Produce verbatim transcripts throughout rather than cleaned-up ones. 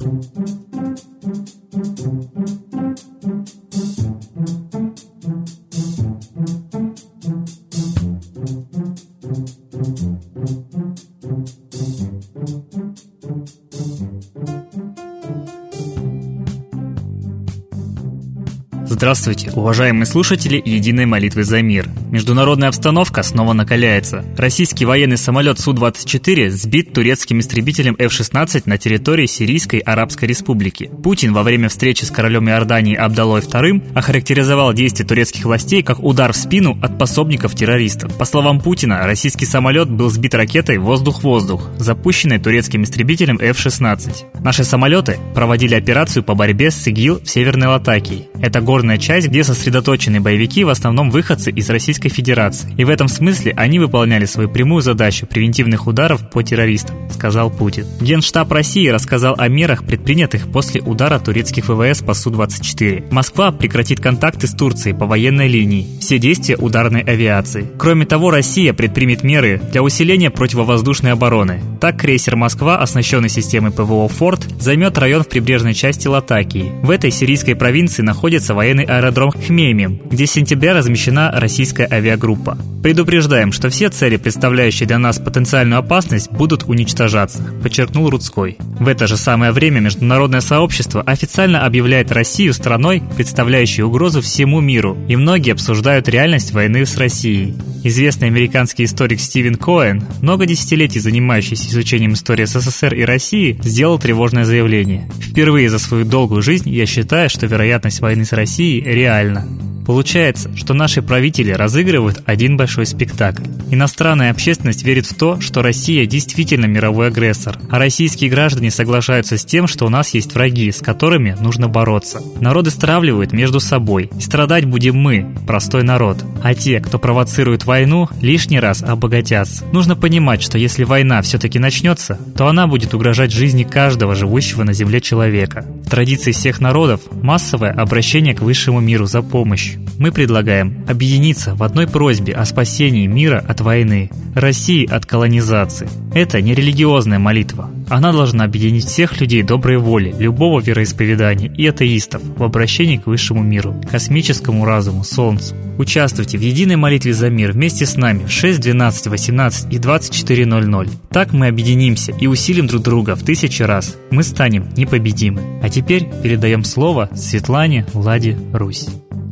Здравствуйте, уважаемые слушатели Единой молитвы за мир. Международная обстановка снова накаляется. Российский военный самолет Су двадцать четыре сбит турецким истребителем эф шестнадцать на территории Сирийской Арабской Республики. Путин во время встречи с королем Иордании Абдаллой вторым охарактеризовал действия турецких властей как удар в спину от пособников террористов. По словам Путина, российский самолет был сбит ракетой «Воздух-воздух», запущенной турецким истребителем эф шестнадцать. Наши самолеты проводили операцию по борьбе с ИГИЛ в Северной Латакии. Это горная часть, где сосредоточены боевики, в основном выходцы из Российской Федерации. И в этом смысле они выполняли свою прямую задачу превентивных ударов по террористам, сказал Путин. Генштаб России рассказал о мерах, предпринятых после удара турецких вэ вэ эс по Су двадцать четыре. Москва прекратит контакты с Турцией по военной линии, все действия ударной авиации. Кроме того, Россия предпримет меры для усиления противовоздушной обороны. Так, крейсер «Москва», оснащенный системой пэ вэ о «Форд», займет район в прибрежной части Латакии. В этой сирийской провинции находится военный аэродром Хмеймим, где с сентября размещена российская авиагруппа. Предупреждаем, что все цели, представляющие для нас потенциальную опасность, будут уничтожаться, подчеркнул Рудской. В это же самое время международное сообщество официально объявляет Россию страной, представляющей угрозу всему миру, и многие обсуждают реальность войны с Россией. Известный американский историк Стивен Коэн, много десятилетий занимающийся изучением истории эс эс эс эр и России, сделал тревожное заявление. Впервые за свою долгую жизнь я считаю, что вероятность войны с Россией реальна. Получается, что наши правители разыгрывают один большой спектакль. Иностранная общественность верит в то, что Россия действительно мировой агрессор, а российские граждане соглашаются с тем, что у нас есть враги, с которыми нужно бороться. Народы стравливают между собой, и страдать будем мы, простой народ. А те, кто провоцирует войну, лишний раз обогатятся. Нужно понимать, что если война все-таки начнется, то она будет угрожать жизни каждого живущего на земле человека. В традиции всех народов массовое обращение к высшему миру за помощью. Мы предлагаем объединиться в одной просьбе о спасении мира от войны, России от колонизации. Это не религиозная молитва. Она должна объединить всех людей доброй воли, любого вероисповедания и атеистов в обращении к высшему миру, космическому разуму, Солнцу. Участвуйте в единой молитве за мир вместе с нами в шесть, двенадцать, восемнадцать и двадцать четыре ноль ноль. Так мы объединимся и усилим друг друга в тысячи раз. Мы станем непобедимы. А теперь передаем слово Светлане Ладе Русь.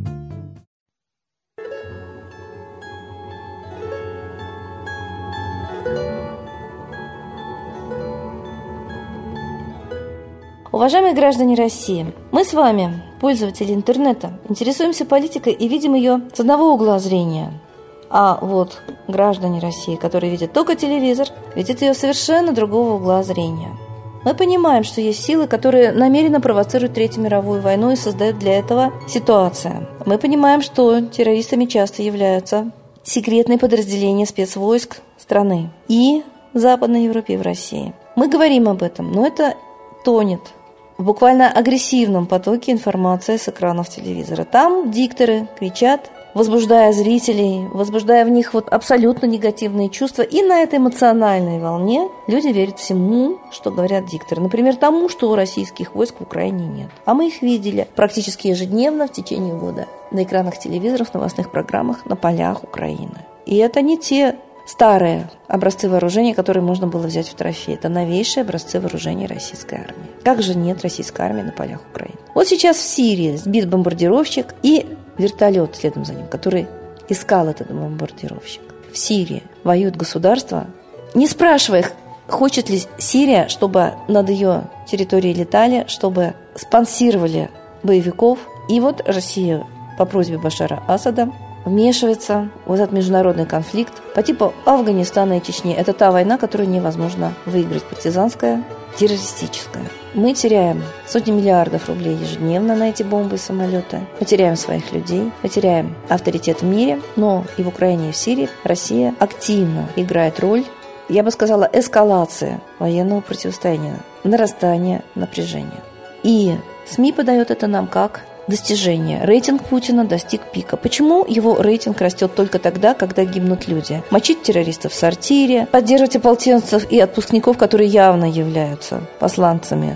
Уважаемые граждане России, мы с вами, пользователи интернета, интересуемся политикой и видим ее с одного угла зрения. А вот граждане России, которые видят только телевизор, видят ее совершенно другого угла зрения. Мы понимаем, что есть силы, которые намеренно провоцируют Третью мировую войну и создают для этого ситуацию. Мы понимаем, что террористами часто являются секретные подразделения спецвойск страны и в Западной Европе, и в России. Мы говорим об этом, но это тонет в буквально агрессивном потоке информации с экранов телевизора. Там дикторы кричат, возбуждая зрителей, возбуждая в них вот абсолютно негативные чувства. И на этой эмоциональной волне люди верят всему, что говорят дикторы. Например, тому, что у российских войск в Украине нет. А мы их видели практически ежедневно в течение года на экранах телевизоров, новостных программах на полях Украины. И это не те старые образцы вооружения, которые можно было взять в трофей. Это новейшие образцы вооружения российской армии. Как же нет российской армии на полях Украины? Вот сейчас в Сирии сбит бомбардировщик и вертолет следом за ним, который искал этот бомбардировщик. В Сирии воюют государства, не спрашивая их, хочет ли Сирия, чтобы над ее территорией летали, чтобы спонсировали боевиков. И вот Россия по просьбе Башара Асада вмешивается в этот международный конфликт по типу Афганистана и Чечни. Это та война, которую невозможно выиграть, партизанская, террористическая. Мы теряем сотни миллиардов рублей ежедневно на эти бомбы и самолеты. Мы теряем своих людей, мы теряем авторитет в мире, но и в Украине, и в Сирии Россия активно играет роль, я бы сказала, эскалации военного противостояния, нарастания напряжения. И СМИ подает это нам как достижение. Рейтинг Путина достиг пика. Почему его рейтинг растет только тогда, когда гибнут люди? Мочить террористов в сортире, поддерживать ополченцев и отпускников, которые явно являются посланцами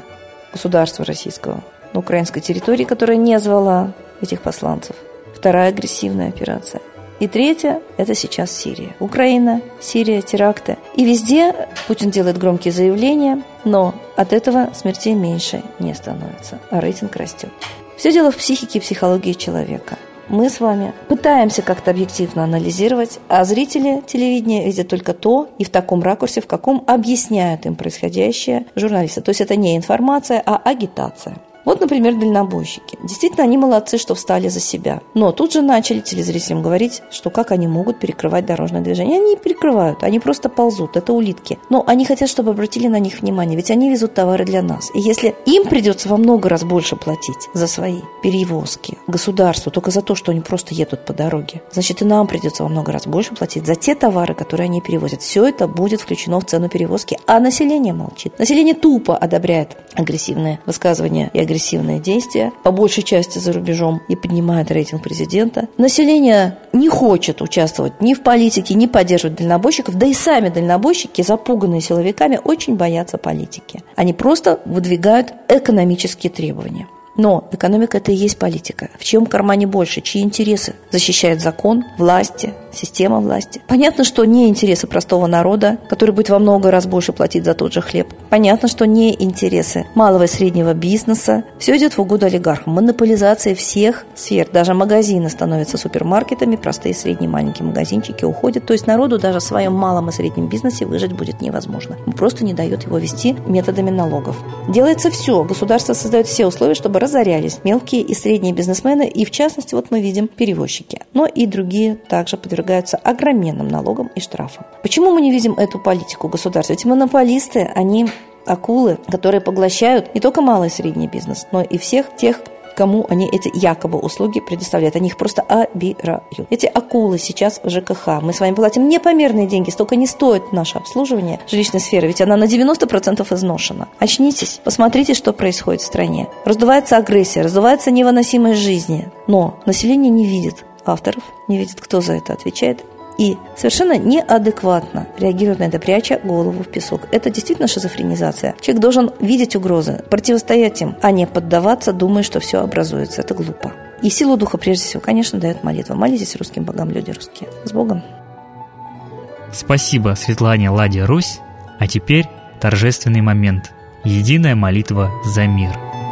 государства российского на украинской территории, которая не звала этих посланцев. Вторая агрессивная операция. И третья – это сейчас Сирия. Украина, Сирия, теракты. И везде Путин делает громкие заявления, но от этого смертей меньше не становится, а рейтинг растет. Все дело в психике и психологии человека. Мы с вами пытаемся как-то объективно анализировать, а зрители телевидения видят только то и в таком ракурсе, в каком объясняют им происходящее журналисты. То есть это не информация, а агитация. Вот, например, дальнобойщики. Действительно, они молодцы, что встали за себя. Но тут же начали телезрителям говорить, что как они могут перекрывать дорожное движение. Они не перекрывают, они просто ползут, это улитки. Но они хотят, чтобы обратили на них внимание, ведь они везут товары для нас. И если им придется во много раз больше платить за свои перевозки государству, только за то, что они просто едут по дороге, значит, и нам придется во много раз больше платить за те товары, которые они перевозят. Все это будет включено в цену перевозки, а население молчит. Население тупо одобряет агрессивные высказывания и агрессивные агрессивные действия, по большей части за рубежом, и поднимает рейтинг президента. Население не хочет участвовать ни в политике, ни поддерживать дальнобойщиков, да и сами дальнобойщики, запуганные силовиками, очень боятся политики. Они просто выдвигают экономические требования. Но экономика – это и есть политика. В чьем кармане больше, чьи интересы защищает закон, власти, система власти. Понятно, что не интересы простого народа, который будет во много раз больше платить за тот же хлеб. Понятно, что не интересы малого и среднего бизнеса. Все идет в угоду олигархам. Монополизация всех сфер. Даже магазины становятся супермаркетами, простые средние маленькие магазинчики уходят. То есть народу даже в своем малом и среднем бизнесе выжить будет невозможно. Просто не дает его вести методами налогов. Делается все. Государство создает все условия, чтобы разорялись мелкие и средние бизнесмены, и в частности, вот мы видим перевозчики. Но и другие также подвергаются огроменным налогам и штрафам. Почему мы не видим эту политику государства? Ведь монополисты, они акулы, которые поглощают не только малый и средний бизнес, но и всех тех, кому они эти якобы услуги предоставляют. Они их просто обирают. Эти акулы сейчас в ЖКХ. Мы с вами платим непомерные деньги. Столько не стоит наше обслуживание жилищной сферы, ведь она на девяносто процентов изношена. Очнитесь, посмотрите, что происходит в стране. Раздувается агрессия, раздувается невыносимость жизни. Но население не видит авторов, не видит, кто за это отвечает. И совершенно неадекватно реагирует на это, пряча голову в песок. Это действительно шизофренизация. Человек должен видеть угрозы, противостоять им, а не поддаваться, думая, что все образуется. Это глупо. И силу духа, прежде всего, конечно, дает молитва. Молитесь русским богам, люди русские. С Богом. Спасибо Светлане Ладе Русь. А теперь торжественный момент. Единая молитва за мир.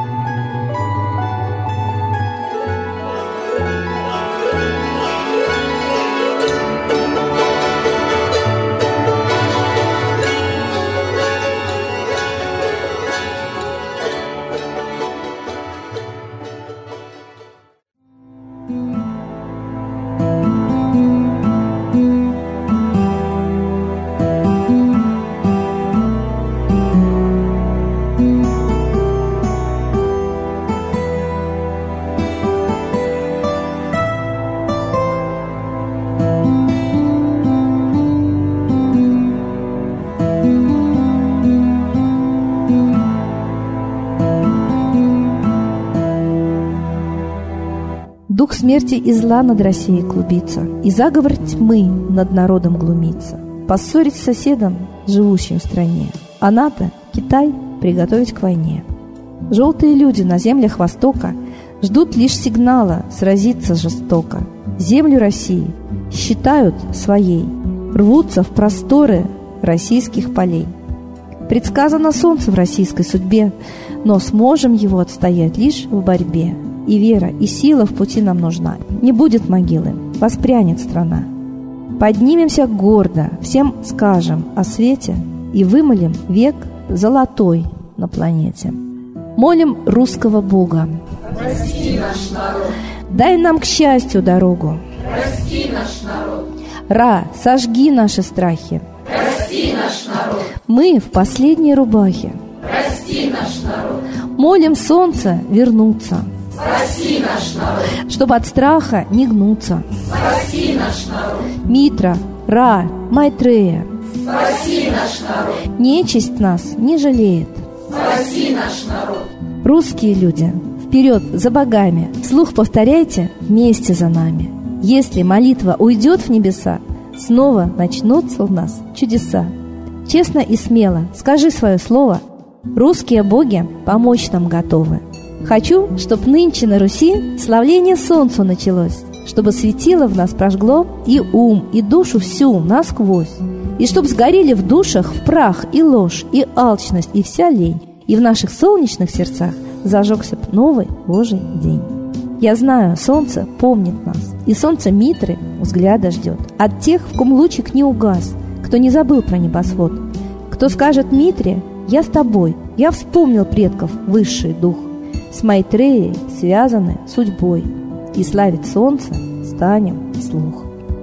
Дух смерти и зла над Россией клубится, и заговор тьмы над народом глумится. Поссорить с соседом, живущим в стране, а НАТО, Китай, приготовить к войне. Желтые люди на землях Востока ждут лишь сигнала сразиться жестоко. Землю России считают своей, рвутся в просторы российских полей. Предсказано солнце в российской судьбе, но сможем его отстоять лишь в борьбе. И вера, и сила в пути нам нужна. Не будет могилы, воспрянет страна. Поднимемся гордо, всем скажем о свете и вымолим век золотой на планете. Молим русского Бога. Прости наш народ. Дай нам к счастью дорогу. Прости наш народ. Ра, сожги наши страхи. Прости наш народ. Мы в последней рубахе. Прости наш народ. Молим солнце вернуться. Спаси наш народ. Чтобы от страха не гнуться. Спаси наш народ. Митра, Ра, Майтрея. Спаси наш народ. Нечисть нас не жалеет. Спаси наш народ. Русские люди, вперед за богами. Вслух повторяйте вместе за нами. Если молитва уйдет в небеса, снова начнутся у нас чудеса. Честно и смело скажи свое слово Русские боги помочь нам готовы. Хочу, чтоб нынче на Руси славление солнцу началось, чтобы светило в нас прожгло и ум, и душу всю насквозь, и чтоб сгорели в душах в прах и ложь, и алчность, и вся лень, и в наших солнечных сердцах зажегся б новый Божий день. Я знаю, солнце помнит нас, и солнце Митры взгляда ждет от тех, в ком лучик не угас, кто не забыл про небосвод, кто скажет Митре: «Я с тобой, я вспомнил предков высший дух, с Майтреей связаны судьбой, и славить солнце станем вслух».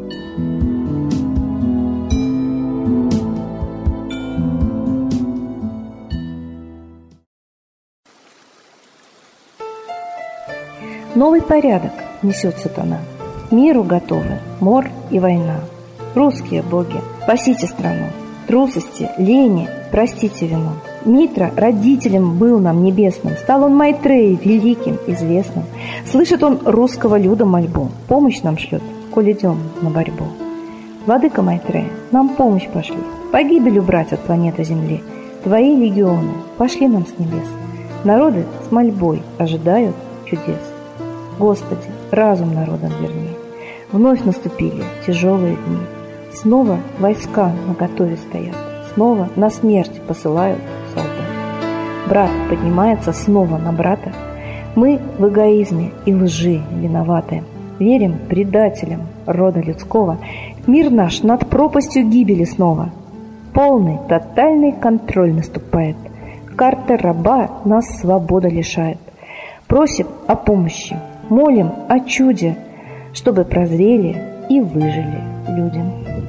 Новый порядок несет сатана. Миру готовы мор и война. Русские боги, спасите страну. Трусости, лени, простите вину. Митра родителем был нам небесным, стал он Майтреей великим, известным. Слышит он русского люда мольбу, помощь нам шлет, коль идем на борьбу. Владыка Майтрея, нам помощь пошли, погибель убрать от планеты Земли. Твои легионы пошли нам с небес. Народы с мольбой ожидают чудес. Господи, разум народам верни. Вновь наступили тяжелые дни. Снова войска наготове стоят. Снова на смерть посылают солдат. Брат поднимается снова на брата. Мы в эгоизме и лжи виноваты. Верим предателям рода людского. Мир наш над пропастью гибели снова. Полный, тотальный контроль наступает. Карта раба нас свобода лишает. Просим о помощи. Молим о чуде, чтобы прозрели и выжили людям.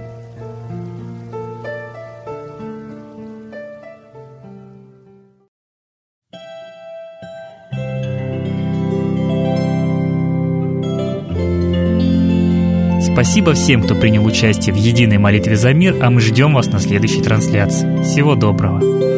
Спасибо всем, кто принял участие в единой молитве за мир, а мы ждем вас на следующей трансляции. Всего доброго!